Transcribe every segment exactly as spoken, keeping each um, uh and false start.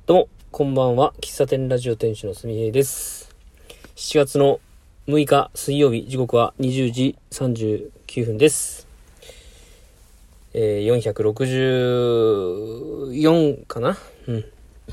どうも、こんばんは。喫茶店ラジオ店主のすみへいです。しちがつのむいか水曜日、時刻はにじゅうじさんじゅうきゅうふんです。えー、よんひゃくろくじゅうよんかな。うん。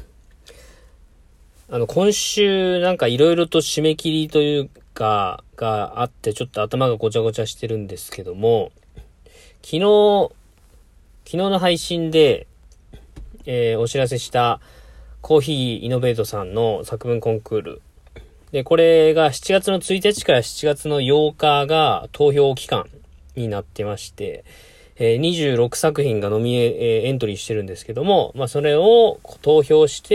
あの、今週なんかいろいろと締め切りというか、があって、ちょっと頭がごちゃごちゃしてるんですけども、昨日、昨日の配信で、えー、お知らせしたコーヒーイノベートさんの作文コンクール。で、これがしちがつのついたちからしちがつのようかが投票期間になってまして、えー、にじゅうろくさくひんがノミネ、えー、エントリーしてるんですけども、まあそれを投票して、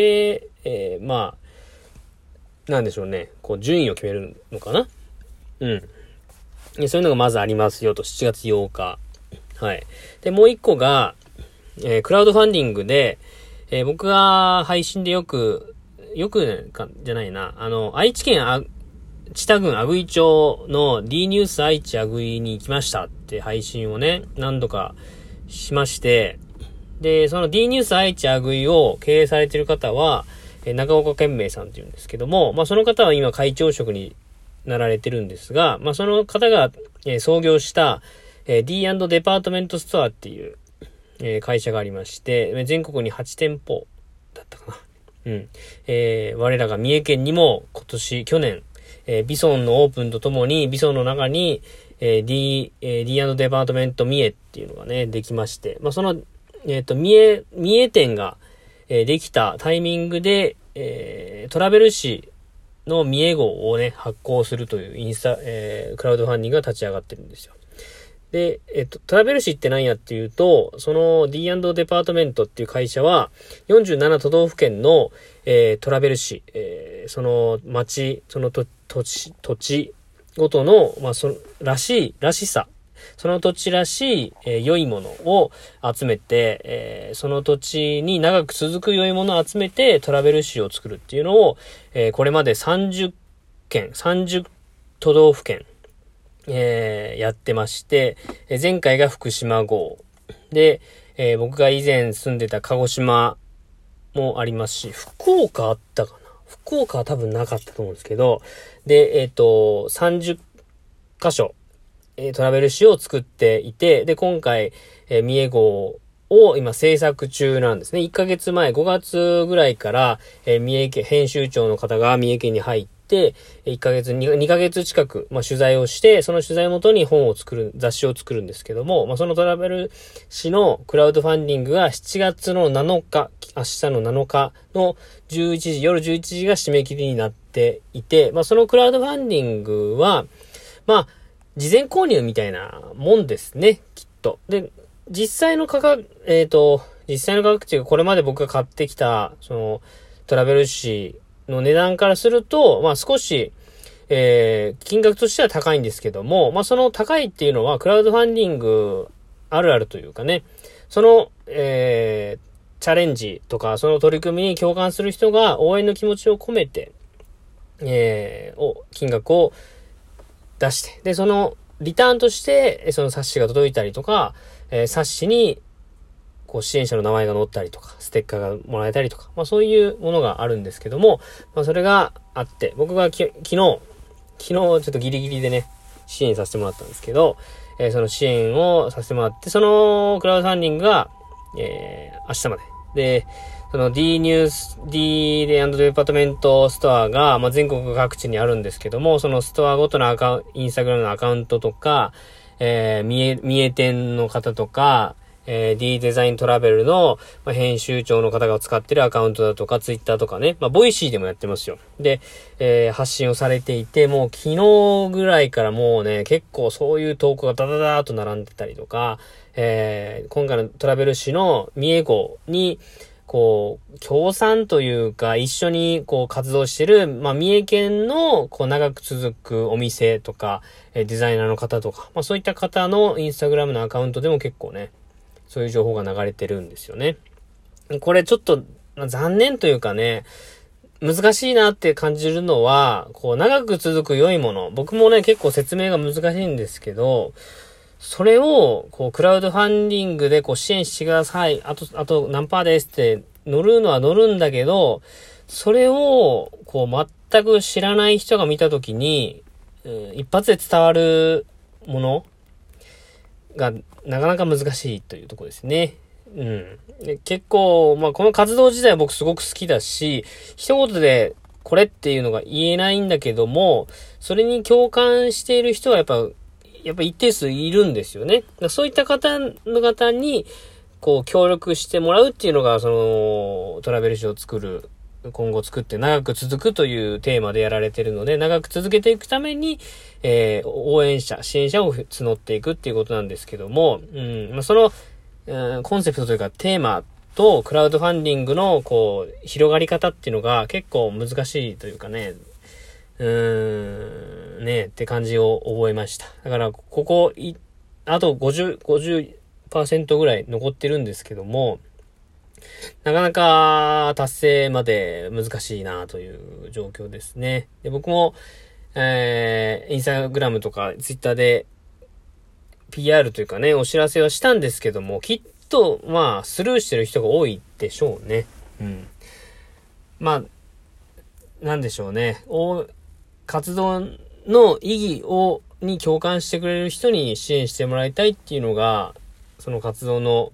えー、まあ、なんでしょうね、こう順位を決めるのかな？うん。でそういうのがまずありますよと、しちがつようか。はい。で、もう一個が、えー、クラウドファンディングで、えー、僕が配信でよく、よくか、じゃないな、あの、愛知県あ、知多郡阿久井町の D ニュース愛知阿久井に行きましたって配信をね、何度かしまして、で、その D ニュース愛知阿久井を経営されている方は、えー、長岡健明さんって言うんですけども、まあその方は今会長職になられてるんですが、まあその方が、えー、創業した、えー、D& デパートメントストアっていう、えー、会社がありまして、全国にはちてんぽだったかな。うん。えー、我らが三重県にも今年、去年、えー、ビソンのオープンとともに、ビソンの中に、えー、D、えー、D& デパートメント三重っていうのがね、できまして、まあ、その、えっと、三重、三重店が、えー、できたタイミングで、えー、トラベル誌の三重号をね、発行するというインスタ、えー、クラウドファンディングが立ち上がってるんですよ。で、えっと、トラベル誌って何やっていうと、その D& デパートメントっていう会社は、よんじゅうななとどうふけんの、えー、トラベル誌、えー、その町、そのと土地、土地ごとの、まあ、その、らしい、らしさ、その土地らしい、えー、良いものを集めて、えー、その土地に長く続く良いものを集めてトラベル誌を作るっていうのを、えー、これまでさんじゅっけん、さんじゅうとどうふけん、えー、やってまして、えー、前回が福島号で、えー、僕が以前住んでた鹿児島もありますし、福岡あったかな？福岡は多分なかったと思うんですけど、で、えっと、さんじゅっかしょ、えー、トラベル誌を作っていて、で、今回、えー、三重号を今制作中なんですね。いっかげつまえ、ごがつぐらいから、えー、三重県、編集長の方が三重県に入って、で、いっかげつ、にかげつ近く、まあ、取材をして、その取材をもとに本を作る、雑誌を作るんですけども、まあ、そのトラベル誌のクラウドファンディングがしちがつのなのか、明日のなのかのじゅういちじ、夜じゅういちじが締め切りになっていて、まあ、そのクラウドファンディングは、まあ、事前購入みたいなもんですね、きっと。で、実際の価格、えっと、実際の価格っていうか、これまで僕が買ってきた、その、トラベル誌の値段からすると、まあ少し、えー、金額としては高いんですけども、まあその高いっていうのは、クラウドファンディングあるあるというかね、その、えー、チャレンジとか、その取り組みに共感する人が応援の気持ちを込めて、えー、お、金額を出して、で、その、リターンとして、その冊子が届いたりとか、えー、冊子に、こう支援者の名前が載ったりとか、ステッカーがもらえたりとか、まあそういうものがあるんですけども、まあそれがあって、僕がき昨日、昨日ちょっとギリギリでね、支援させてもらったんですけど、えー、その支援をさせてもらって、そのクラウドファンディングが、えー、明日まで。で、その D ニュース、D& デパートメントストアが、まあ全国各地にあるんですけども、そのストアごとのアカウント、インスタグラムのアカウントとか、えー、三重、三重店の方とか、えー、D デザイントラベルの、まあ、編集長の方が使ってるアカウントだとか、ツイッターとかね、まあ、ボイシーでもやってますよ。で、えー、発信をされていて、もう昨日ぐらいからもうね、結構そういう投稿がダダダーっと並んでたりとか、えー、今回のトラベル誌の三重号に、こう、協賛というか、一緒にこう活動してる、まあ、三重県の、こう、長く続くお店とか、えー、デザイナーの方とか、まあ、そういった方のインスタグラムのアカウントでも結構ね、そういう情報が流れてるんですよね。これちょっと残念というかね、難しいなって感じるのは、こう長く続く良いもの。僕もね、結構説明が難しいんですけど、それを、こう、クラウドファンディングでこう支援してください。あと、あと何パーですって乗るのは乗るんだけど、それを、こう、全く知らない人が見たときに、うん、一発で伝わるものが、なかなか難しいというところですね。うん。で結構、まあ、この活動自体は僕すごく好きだし、一言でこれっていうのが言えないんだけども、それに共感している人はやっぱ、やっぱ一定数いるんですよね。そういった方の方に、こう、協力してもらうっていうのが、その、トラベル誌を作る、今後作って長く続くというテーマでやられているので、長く続けていくために、えー、応援者、支援者を募っていくっていうことなんですけども、うん、まあ、その、うん、コンセプトというかテーマとクラウドファンディングの、こう、広がり方っていうのが結構難しいというかね、うーん、ね、って感じを覚えました。だから、ここ、い、あとごじゅう、ごじゅっパーセントぐらい残ってるんですけども、なかなか達成まで難しいなという状況ですね。で、僕も、えー、インスタグラムとかツイッターで ピーアール というかね、お知らせはしたんですけども、きっと、まあ、スルーしてる人が多いでしょうね。うん。まあ、なんでしょうね。お活動の意義を、に共感してくれる人に支援してもらいたいっていうのが、その活動の、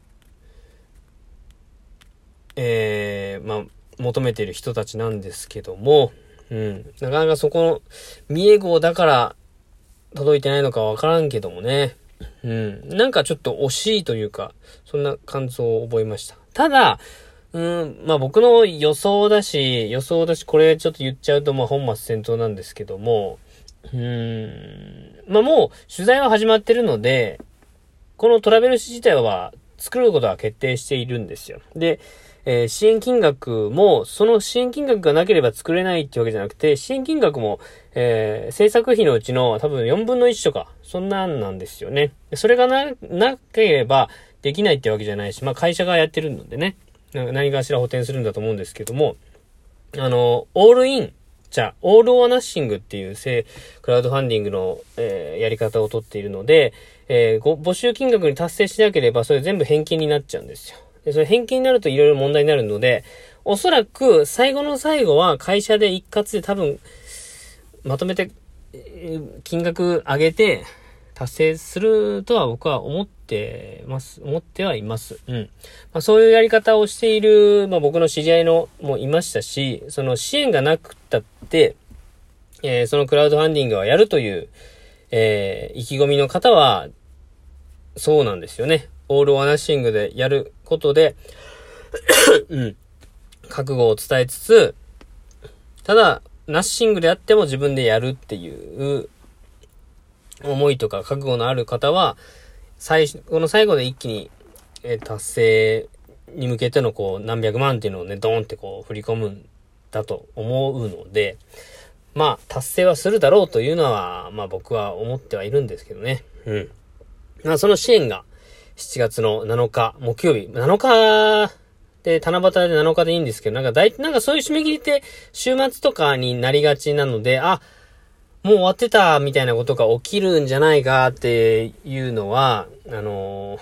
えー、まあ、求めている人たちなんですけども、うん。なかなかそこの、見え号だから届いてないのかわからんけどもね。うん。なんかちょっと惜しいというか、そんな感想を覚えました。ただ、うん、まあ僕の予想だし、予想だし、これちょっと言っちゃうとまあ本末転倒なんですけども、うーん、まあもう取材は始まってるので、このトラベル誌自体は作ることは決定しているんですよ。で、えー、支援金額も、その支援金額がなければ作れないってわけじゃなくて、支援金額も、えー、制作費のうちの多分よんぶんのいちとか、そんなんなんですよね。それがな、なければできないってわけじゃないし、まあ会社がやってるのでね、何かしら補填するんだと思うんですけども、あの、オールイン、じゃあ、オールオアナッシングっていうクラウドファンディングの、えー、やり方をとっているので、えー、ご募集金額に達成しなければ、それ全部返金になっちゃうんですよ。で、それ返金になるといろいろ問題になるので、おそらく最後の最後は会社で一括で多分、まとめて、金額上げて達成するとは僕は思ってます。思ってはいます。うん。まあ、そういうやり方をしている、まあ僕の知り合いのもいましたし、その支援がなくったって、えー、そのクラウドファンディングはやるという、えー、意気込みの方は、そうなんですよね。オールオアナッシングでやることで、うん、覚悟を伝えつつ、ただ、ナッシングであっても自分でやるっていう思いとか覚悟のある方は、最初、この最後で一気に、えー、達成に向けてのこう何百万っていうのをね、ドーンってこう振り込むんだと思うので、まあ、達成はするだろうというのは、まあ僕は思ってはいるんですけどね。うん。まあその支援がしちがつのなのか、木曜日、なのかで、七夕でなのかでいいんですけど、なんか大体、なんかそういう締め切りって週末とかになりがちなので、あ、もう終わってたみたいなことが起きるんじゃないかっていうのは、あのー、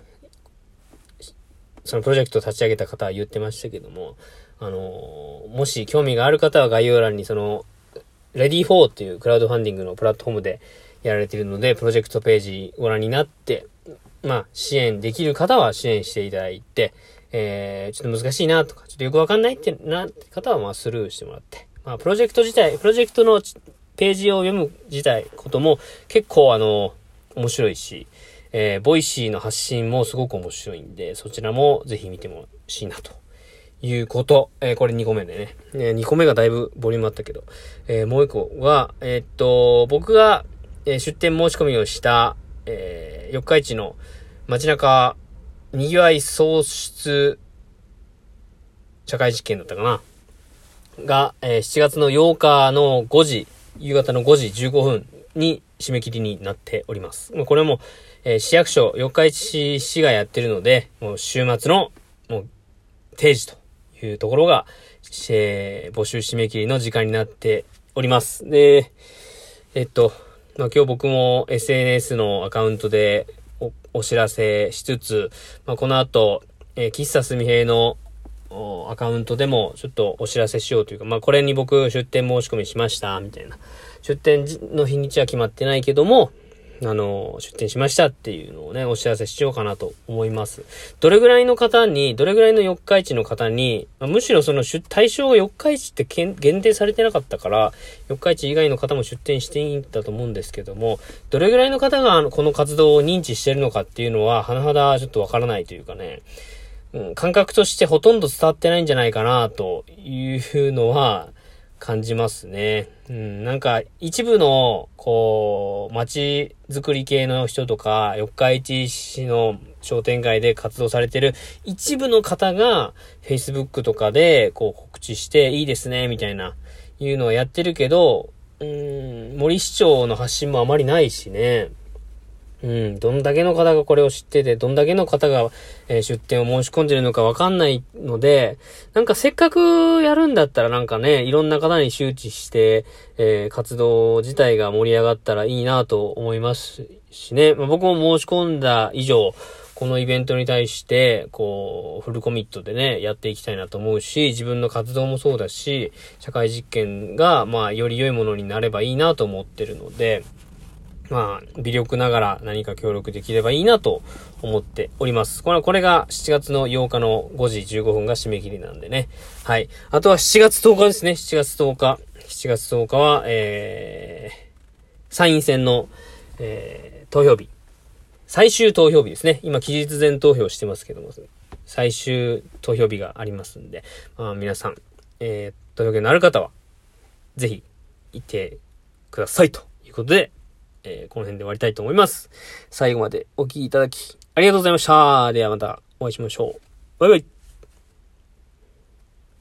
そのプロジェクトを立ち上げた方は言ってましたけども、あのー、もし興味がある方は概要欄にその、レディーフォーっていうクラウドファンディングのプラットフォームでやられているので、プロジェクトページご覧になって、まあ、支援できる方は支援していただいて、えー、ちょっと難しいなとか、ちょっとよくわかんないってな方はまあスルーしてもらって、まあ、プロジェクト自体、プロジェクトのページを読む自体ことも結構あの、面白いし、えー、ボイシーの発信もすごく面白いんで、そちらもぜひ見てもほしいなと。いうこと。えー、これにこめでね。えー、にこめがだいぶボリュームあったけど。えー、もういっこが、えー、っと、僕が、えー、出店申し込みをした、えー、四日市の街中にぎわい創出社会実験だったかな。が、えー、しちがつのようかのごじ、夕方のごじじゅうごふんに締め切りになっております。これも、えー、市役所、四日市市がやってるので、もう週末の、もう、定時と。いうところが、えー、募集締め切りの時間になっております。で、えっと、まあ、今日僕も エスエヌエス のアカウントで お, お知らせしつつ、まあ、この後、えー、喫茶すみへいのアカウントでもちょっとお知らせしようというか、まあこれに僕出店申し込みしましたみたいな、出店の日にちは決まってないけども、あの出店しましたっていうのをねお知らせしようかなと思います。どれぐらいの方に、どれぐらいの四日市の方に、まあ、むしろその対象が四日市って限定されてなかったから、四日市以外の方も出店していいんだと思うんですけども、どれぐらいの方がこの活動を認知してるのかっていうのは甚だちょっとわからないというかね。うん、感覚としてほとんど伝わってないんじゃないかなというのは感じますね。うん、なんか一部のこう街づくり系の人とか四日市市の商店街で活動されてる一部の方が Facebook とかでこう告知していいですねみたいないうのをやってるけど、うーん、森市長の発信もあまりないしね。うん、どんだけの方がこれを知ってて、どんだけの方が、えー、出店を申し込んでるのかわかんないので、なんかせっかくやるんだったらなんかね、いろんな方に周知して、えー、活動自体が盛り上がったらいいなと思いますしね。まあ、僕も申し込んだ以上、このイベントに対して、こう、フルコミットでね、やっていきたいなと思うし、自分の活動もそうだし、社会実験が、まあ、より良いものになればいいなと思ってるので、まあ、微力ながら何か協力できればいいなと思っております。これ、これがしちがつのようかのごじじゅうごふんが締め切りなんでね。はい。あとはしちがつとおかですね。しちがつとおか。しちがつとおかは、えー、参院選の、えー、投票日。最終投票日ですね。今、期日前投票してますけども、最終投票日がありますんで、まあ、皆さん、えー、投票権のある方は、ぜひ、行ってくださいということで、えー、この辺で終わりたいと思います。最後までお聞きいただきありがとうございました。ではまたお会いしましょう。バイバイ。